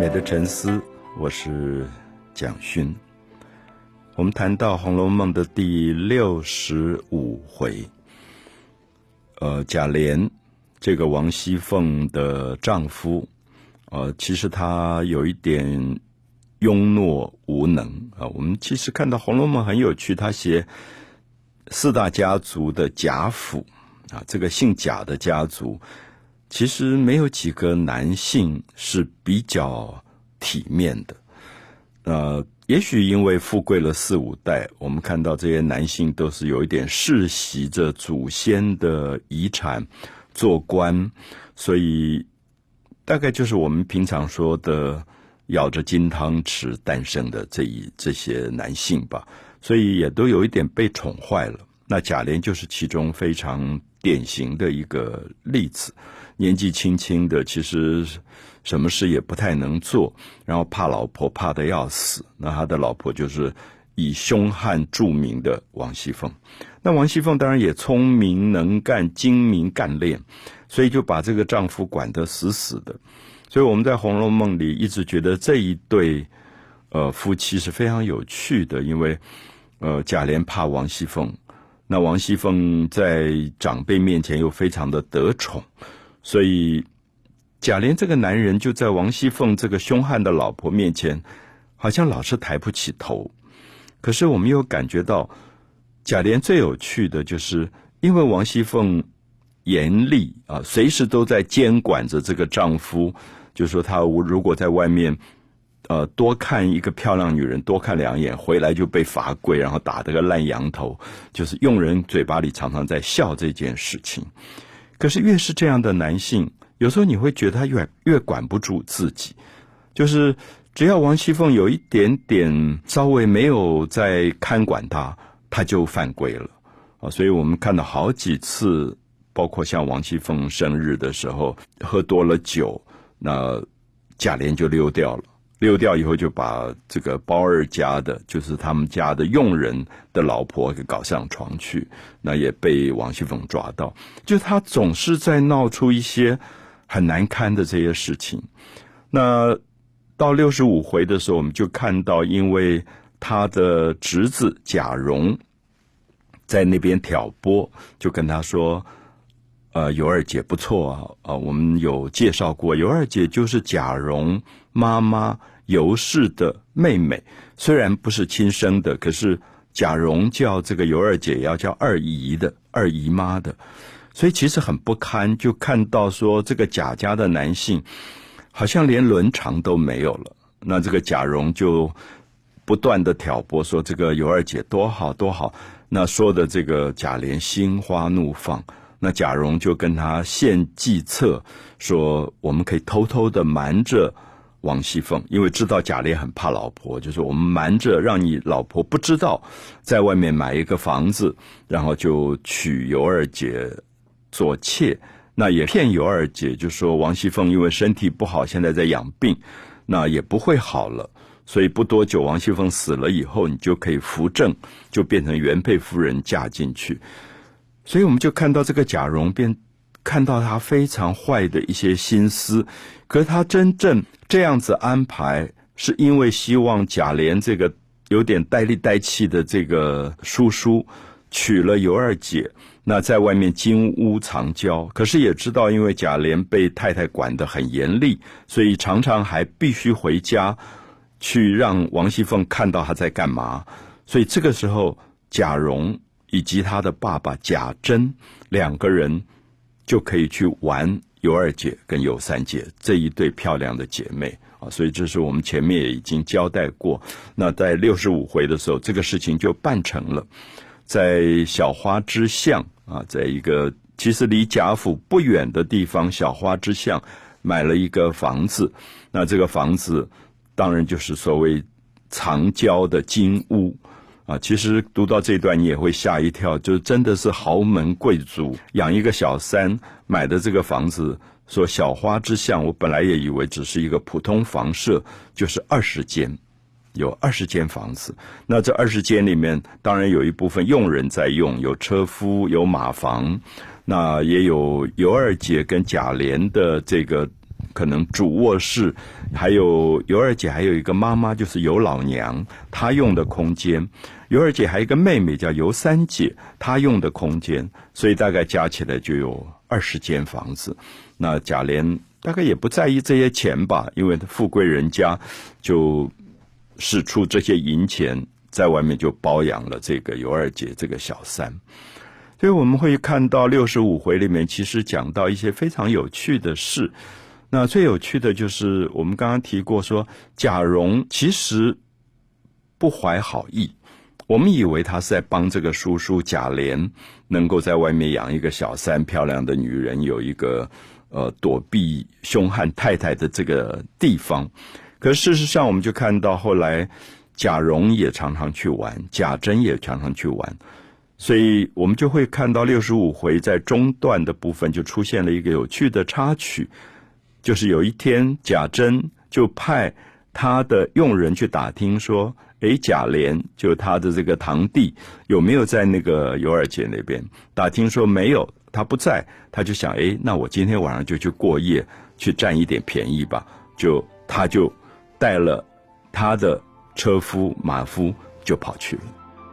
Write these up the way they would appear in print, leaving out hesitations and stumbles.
美的沉思，我是蒋勋。我们谈到《红楼梦》的第65回，贾琏这个王熙凤的丈夫，其实他有一点庸懦无能啊。我们其实看到《红楼梦》很有趣，他写四大家族的贾府啊，这个姓贾的家族，其实没有几个男性是比较体面的。也许因为富贵了4、5代，我们看到这些男性都是有一点世袭着祖先的遗产做官，所以大概就是我们平常说的咬着金汤匙诞生的这些男性吧，所以也都有一点被宠坏了。那贾琏就是其中非常典型的一个例子，年纪轻轻的，其实什么事也不太能做，然后怕老婆怕得要死。那他的老婆就是以凶悍著名的王熙凤。那王熙凤当然也聪明能干、精明干练，所以就把这个丈夫管得死死的。所以我们在《红楼梦》里一直觉得这一对夫妻是非常有趣的，因为贾琏怕王熙凤，那王熙凤在长辈面前又非常的得宠，所以贾琏这个男人就在王熙凤这个凶悍的老婆面前好像老是抬不起头。可是我们又感觉到贾琏最有趣的就是因为王熙凤严厉啊，随时都在监管着这个丈夫，就是说他如果在外面多看一个漂亮女人多看2眼，回来就被罚跪，然后打得个烂羊头，就是佣人嘴巴里常常在笑这件事情。可是越是这样的男性，有时候你会觉得他越管不住自己，就是只要王熙凤有一点点稍微没有在看管他就犯规了啊。所以我们看到好几次，包括像王熙凤生日的时候喝多了酒，那贾琏就溜掉了，溜掉以后就把这个包二家的，就是他们家的佣人的老婆给搞上床去，那也被王熙凤抓到。就他总是在闹出一些很难堪的这些事情。那到65回的时候，我们就看到因为他的侄子贾蓉在那边挑拨，就跟他说尤二姐不错啊，我们有介绍过，尤二姐就是贾蓉妈妈尤氏的妹妹，虽然不是亲生的，可是贾蓉叫这个尤二姐也要叫二姨妈的，所以其实很不堪。就看到说这个贾家的男性好像连伦常都没有了，那这个贾蓉就不断的挑拨说这个尤二姐多好多好，那说的这个贾琏心花怒放。那贾蓉就跟他献计策，说我们可以偷偷的瞒着王熙凤，因为知道贾琏很怕老婆，就是我们瞒着让你老婆不知道，在外面买一个房子，然后就娶尤二姐做妾。那也骗尤二姐，就说王熙凤因为身体不好，现在在养病，那也不会好了，所以不多久王熙凤死了以后，你就可以扶正，就变成原配夫人嫁进去。所以我们就看到这个贾蓉便看到他非常坏的一些心思，可是他真正这样子安排是因为希望贾琏这个有点呆里呆气的这个叔叔娶了尤二姐，那在外面金屋藏娇，可是也知道因为贾琏被太太管得很严厉，所以常常还必须回家去让王熙凤看到他在干嘛。所以这个时候贾蓉以及他的爸爸贾珍2个人就可以去玩尤二姐跟尤三姐这一对漂亮的姐妹啊。所以这是我们前面也已经交代过。那在65回的时候，这个事情就办成了，在小花之巷啊，在一个其实离贾府不远的地方，小花之巷买了一个房子。那这个房子当然就是所谓藏娇的金屋啊，其实读到这段你也会吓一跳，就真的是豪门贵族养一个小三买的这个房子，说小花之巷，我本来也以为只是一个普通房舍，就是20间，有20间房子。那这20间里面当然有一部分佣人在用，有车夫，有马房，那也有尤二姐跟贾琏的这个可能主卧室，还有尤二姐还有一个妈妈，就是尤老娘，她用的空间。尤二姐还有一个妹妹叫尤三姐，她用的空间，所以大概加起来就有20间房子。那贾琏大概也不在意这些钱吧，因为富贵人家就使出这些银钱，在外面就包养了这个尤二姐这个小三。所以我们会看到65回里面其实讲到一些非常有趣的事。那最有趣的就是我们刚刚提过说，贾蓉其实不怀好意，我们以为他是在帮这个叔叔贾琏能够在外面养一个小三，漂亮的女人有一个躲避凶悍太太的这个地方。可是事实上我们就看到后来贾蓉也常常去玩，贾珍也常常去玩，所以我们就会看到65回在中段的部分就出现了一个有趣的插曲，就是有一天贾珍就派他的佣人去打听说，贾琏就他的这个堂弟有没有在那个尤二姐那边，打听说没有，他不在，他就想那我今天晚上就去过夜，去占一点便宜吧，他就带了他的车夫马夫就跑去了。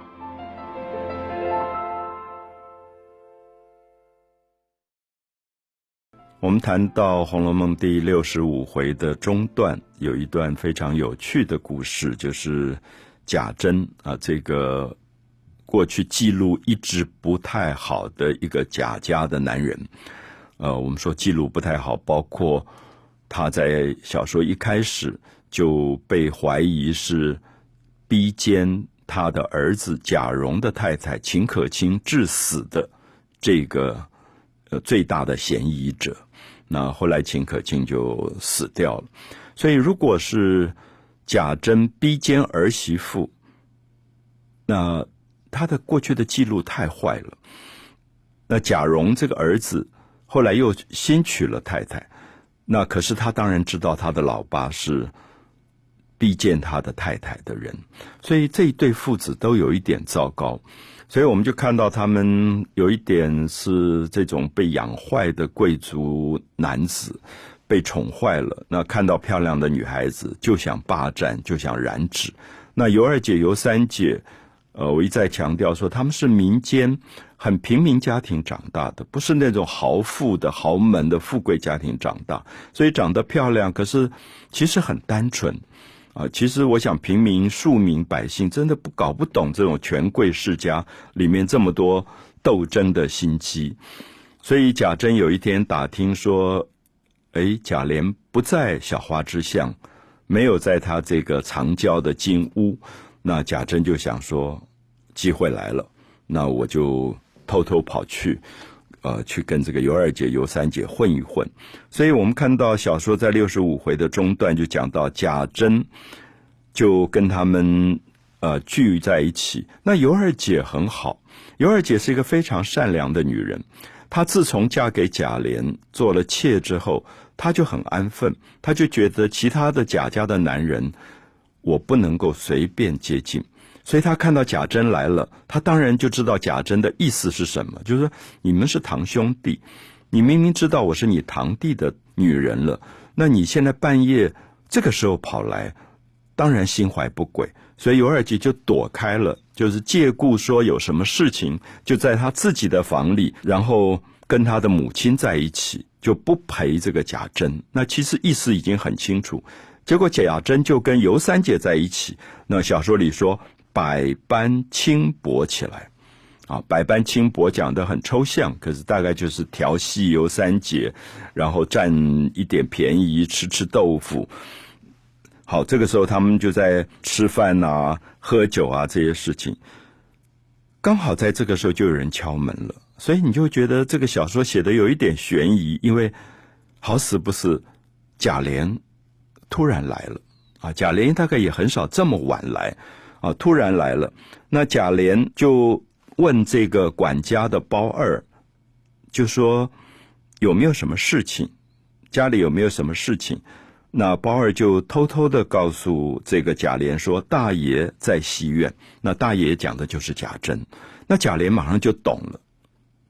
我们谈到《红楼梦》第65回的中段，有一段非常有趣的故事，就是贾珍这个过去记录一直不太好的一个贾家的男人。我们说记录不太好，包括他在小说一开始就被怀疑是逼奸他的儿子贾蓉的太太秦可卿致死的这个最大的嫌疑者。那后来秦可卿就死掉了，所以如果是贾珍逼奸儿媳妇，那他的过去的记录太坏了。那贾蓉这个儿子后来又新娶了太太，那可是他当然知道他的老爸是逼奸他的太太的人，所以这一对父子都有一点糟糕。所以我们就看到他们有一点是这种被养坏的贵族男子，被宠坏了，那看到漂亮的女孩子就想霸占，就想染指。那尤二姐尤三姐我一再强调说他们是民间很平民家庭长大的，不是那种豪富的豪门的富贵家庭长大，所以长得漂亮，可是其实很单纯其实我想平民庶民百姓真的搞不懂这种权贵世家里面这么多斗争的心机。所以贾珍有一天打听说贾琏不在小花之巷，没有在他这个藏娇的金屋，那贾珍就想说机会来了，那我就偷偷跑去去跟这个尤二姐尤三姐混一混。所以我们看到小说在65回的中段就讲到贾珍就跟他们聚在一起。那尤二姐很好，尤二姐是一个非常善良的女人，她自从嫁给贾琏做了妾之后，她就很安分，她就觉得其他的贾家的男人我不能够随便接近，所以他看到贾珍来了，他当然就知道贾珍的意思是什么，就是说你们是堂兄弟，你明明知道我是你堂弟的女人了，那你现在半夜这个时候跑来，当然心怀不轨。所以尤二姐就躲开了，就是借故说有什么事情就在他自己的房里，然后跟他的母亲在一起，就不陪这个贾珍。那其实意思已经很清楚，结果贾珍就跟尤三姐在一起，那小说里说百般轻薄起来百般轻薄讲得很抽象，可是大概就是调戏尤三姐，然后占一点便宜，吃豆腐。好，这个时候他们就在吃饭喝酒这些事情，刚好在这个时候就有人敲门了，所以你就觉得这个小说写得有一点悬疑，因为好死不死贾琏突然来了贾琏大概也很少这么晚来突然来了。那贾琏就问这个管家的包二，就说有没有什么事情，家里有没有什么事情。那包二就偷偷的告诉这个贾琏说大爷在西院，那大爷讲的就是贾珍。那贾琏马上就懂了，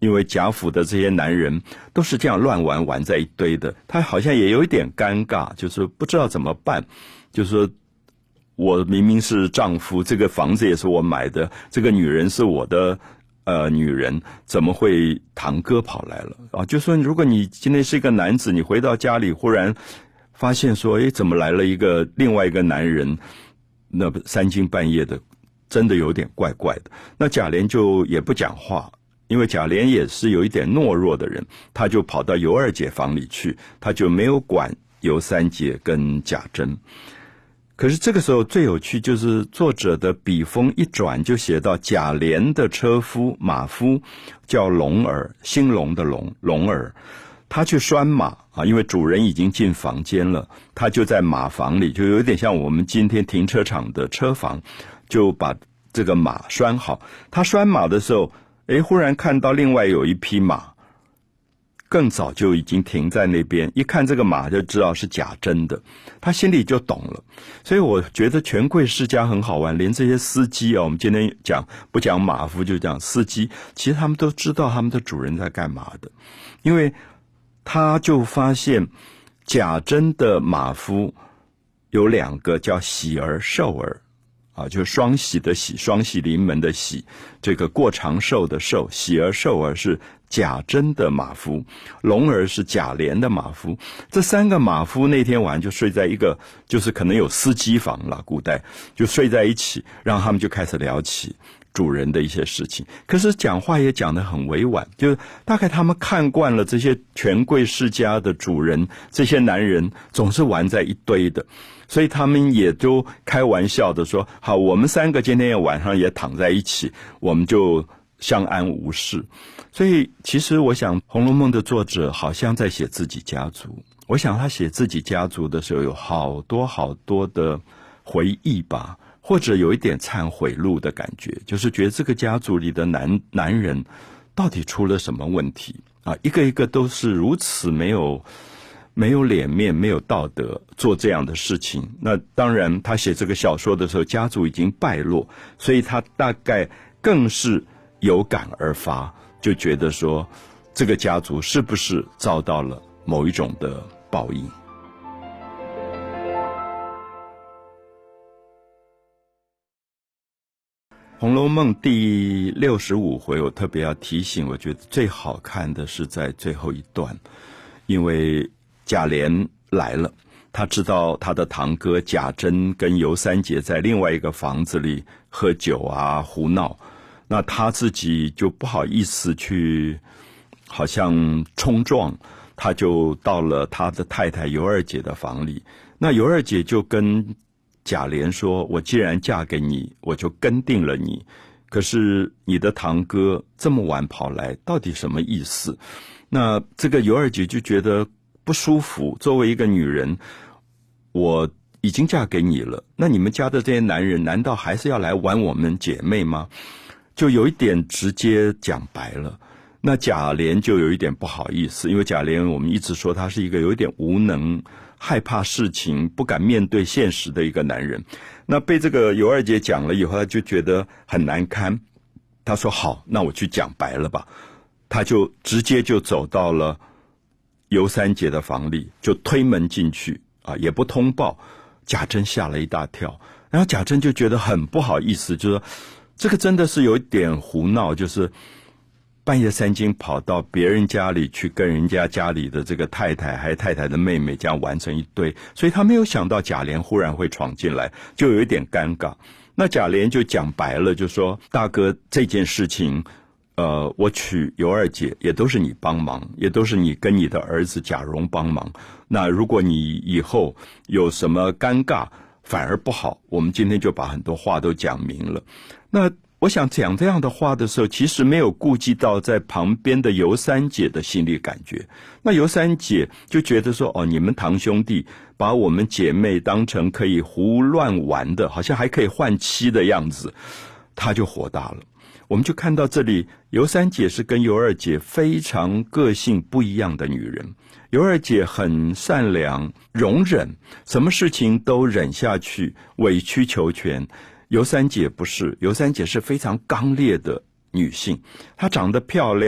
因为贾府的这些男人都是这样乱玩在一堆的，他好像也有一点尴尬，就是不知道怎么办，就是说我明明是丈夫，这个房子也是我买的，这个女人是我的女人，怎么会堂哥跑来了啊？就说如果你今天是一个男子，你回到家里忽然发现说，怎么来了另外一个男人，那三更半夜的，真的有点怪怪的。那贾琏就也不讲话，因为贾琏也是有一点懦弱的人，他就跑到尤二姐房里去，他就没有管尤三姐跟贾珍。可是这个时候最有趣，就是作者的笔锋一转，就写到贾琏的车夫马夫叫龙儿，兴隆的龙儿，他去拴马啊，因为主人已经进房间了，他就在马房里，就有点像我们今天停车场的车房，就把这个马拴好。他拴马的时候，忽然看到另外有一匹马，更早就已经停在那边，一看这个马就知道是贾珍的，他心里就懂了。所以我觉得权贵世家很好玩，连这些司机我们今天不讲马夫就讲司机，其实他们都知道他们的主人在干嘛的。因为他就发现贾珍的马夫有2个，叫喜儿寿儿啊，就是双喜的喜，双喜临门的喜，这个过长寿的寿，喜儿寿儿是贾珍的马夫，龙儿是贾琏的马夫。这3个马夫那天晚上就睡在一个，就是可能有司机房了，古代就睡在一起，然后他们就开始聊起主人的一些事情。可是讲话也讲得很委婉，就是大概他们看惯了这些权贵世家的主人，这些男人总是玩在一堆的，所以他们也就开玩笑的说，好，我们3个今天晚上也躺在一起，我们就相安无事。所以其实我想《红楼梦》的作者好像在写自己家族，我想他写自己家族的时候有好多好多的回忆吧，或者有一点忏悔录的感觉，就是觉得这个家族里的男人到底出了什么问题啊？一个一个都是如此没有脸面，没有道德，做这样的事情。那当然他写这个小说的时候家族已经败落，所以他大概更是有感而发，就觉得说这个家族是不是遭到了某一种的报应。《红楼梦》第65回，我特别要提醒，我觉得最好看的是在最后一段，因为贾琏来了，他知道他的堂哥贾珍跟尤三姐在另外一个房子里喝酒啊胡闹，那他自己就不好意思去好像冲撞，他就到了他的太太尤二姐的房里。那尤二姐就跟贾琏说，我既然嫁给你，我就跟定了你，可是你的堂哥这么晚跑来，到底什么意思？那这个尤二姐就觉得不舒服，作为一个女人，我已经嫁给你了，那你们家的这些男人难道还是要来玩我们姐妹吗？就有一点直接讲白了。那贾琏就有一点不好意思，因为贾琏我们一直说他是一个有一点无能，害怕事情，不敢面对现实的一个男人。那被这个尤二姐讲了以后，他就觉得很难堪，他说好，那我去讲白了吧。他就直接就走到了尤三姐的房里，就推门进去啊，也不通报。贾珍吓了一大跳，然后贾珍就觉得很不好意思，就说这个真的是有一点胡闹，就是半夜3更跑到别人家里去跟人家家里的这个太太还有太太的妹妹这样玩成一堆，所以他没有想到贾琏忽然会闯进来，就有一点尴尬。那贾琏就讲白了，就说大哥，这件事情我娶尤二姐也都是你帮忙，也都是你跟你的儿子贾蓉帮忙，那如果你以后有什么尴尬反而不好，我们今天就把很多话都讲明了。那我想讲这样的话的时候，其实没有顾及到在旁边的尤三姐的心理感觉。那尤三姐就觉得说，你们堂兄弟把我们姐妹当成可以胡乱玩的，好像还可以换妻的样子，她就火大了。我们就看到这里，尤三姐是跟尤二姐非常个性不一样的女人。尤二姐很善良，容忍，什么事情都忍下去，委曲求全。尤三姐不是，尤三姐是非常刚烈的女性，她长得漂亮，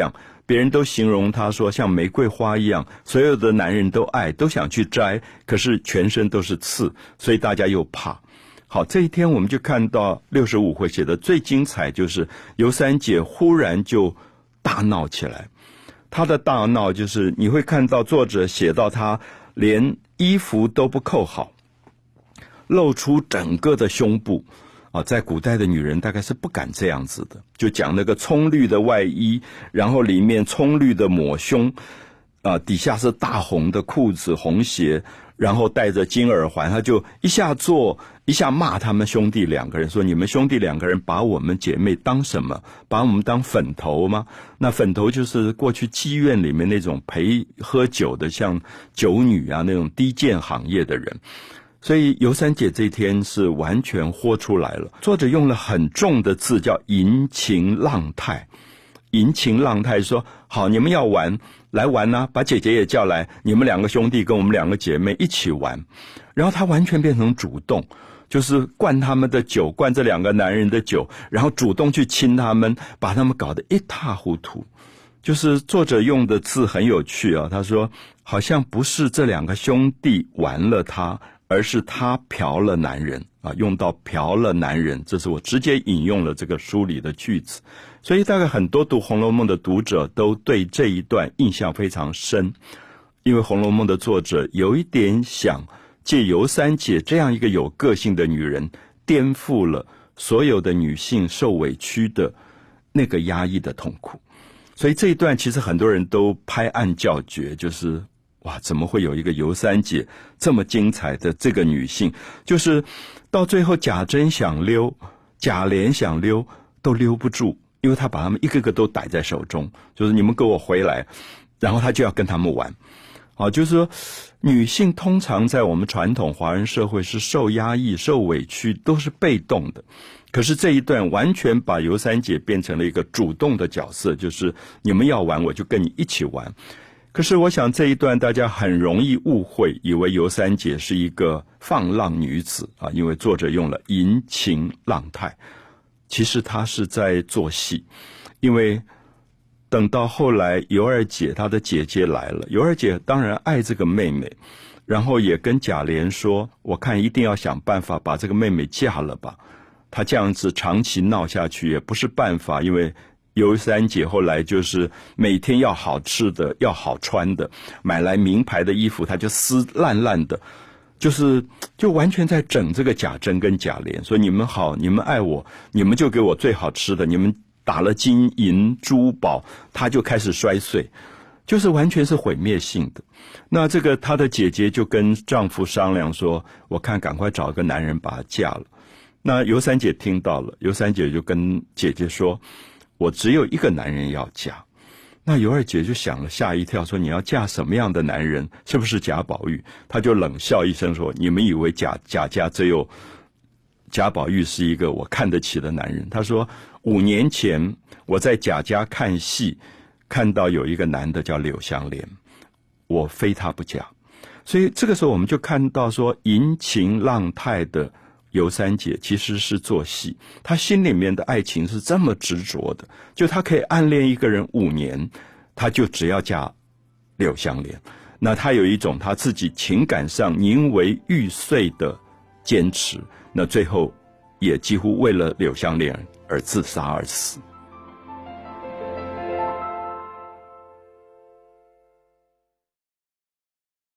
别人都形容她说像玫瑰花一样，所有的男人都爱，都想去摘，可是全身都是刺，所以大家又怕。好，这一天我们就看到65回写的最精彩，就是尤三姐忽然就大闹起来。她的大闹就是你会看到作者写到她连衣服都不扣好，露出整个的胸部啊，在古代的女人大概是不敢这样子的，就讲那个葱绿的外衣，然后里面葱绿的抹胸啊，底下是大红的裤子、红鞋，然后戴着金耳环，他就一下做一下骂他们兄弟两个人，说你们兄弟两个人把我们姐妹当什么？把我们当粉头吗？那粉头就是过去妓院里面那种陪喝酒的，像酒女啊那种低贱行业的人。所以尤三姐这一天是完全豁出来了。作者用了很重的字叫淫情浪态。淫情浪态说，好，你们要玩来玩啊，把姐姐也叫来，你们两个兄弟跟我们两个姐妹一起玩。然后他完全变成主动，就是灌他们的酒，灌这两个男人的酒，然后主动去亲他们，把他们搞得一塌糊涂。就是作者用的字很有趣啊，他说好像不是这两个兄弟玩了他，而是他嫖了男人啊，用到嫖了男人，这是我直接引用了这个书里的句子。所以大概很多读《红楼梦》的读者都对这一段印象非常深，因为《红楼梦》的作者有一点想借尤三姐这样一个有个性的女人，颠覆了所有的女性受委屈的那个压抑的痛苦。所以这一段其实很多人都拍案叫绝，就是哇，怎么会有一个尤三姐这么精彩的这个女性？就是到最后贾珍想溜，贾琏想溜，都溜不住，因为他把他们一个个都逮在手中，就是你们给我回来，然后他就要跟他们玩。啊，就是说女性通常在我们传统华人社会是受压抑、受委屈，都是被动的。可是这一段完全把尤三姐变成了一个主动的角色，就是你们要玩，我就跟你一起玩。可是我想这一段大家很容易误会，以为尤三姐是一个放浪女子啊，因为作者用了淫情浪态，其实她是在做戏。因为等到后来尤二姐她的姐姐来了，尤二姐当然爱这个妹妹，然后也跟贾琏说，我看一定要想办法把这个妹妹嫁了吧，她这样子长期闹下去也不是办法。因为尤三姐后来就是每天要好吃的，要好穿的，买来名牌的衣服她就撕烂烂的，就完全在整这个贾珍跟贾琏，说你们好，你们爱我，你们就给我最好吃的，你们打了金银珠宝，她就开始衰碎，就是完全是毁灭性的。那这个她的姐姐就跟丈夫商量说，我看赶快找个男人把她嫁了。那尤三姐听到了，尤三姐就跟姐姐说，我只有一个男人要嫁。那尤二姐就想了，吓一跳，说你要嫁什么样的男人？是不是贾宝玉？她就冷笑一声说，你们以为贾家只有贾宝玉是一个我看得起的男人？她说5年前我在贾家看戏，看到有一个男的叫柳湘莲，我非他不嫁。所以这个时候我们就看到说，淫情浪态的尤三姐其实是做戏，她心里面的爱情是这么执着的，就她可以暗恋一个人5年，她就只要嫁柳湘莲。那她有一种她自己情感上宁为玉碎的坚持，那最后也几乎为了柳湘莲而自杀而死。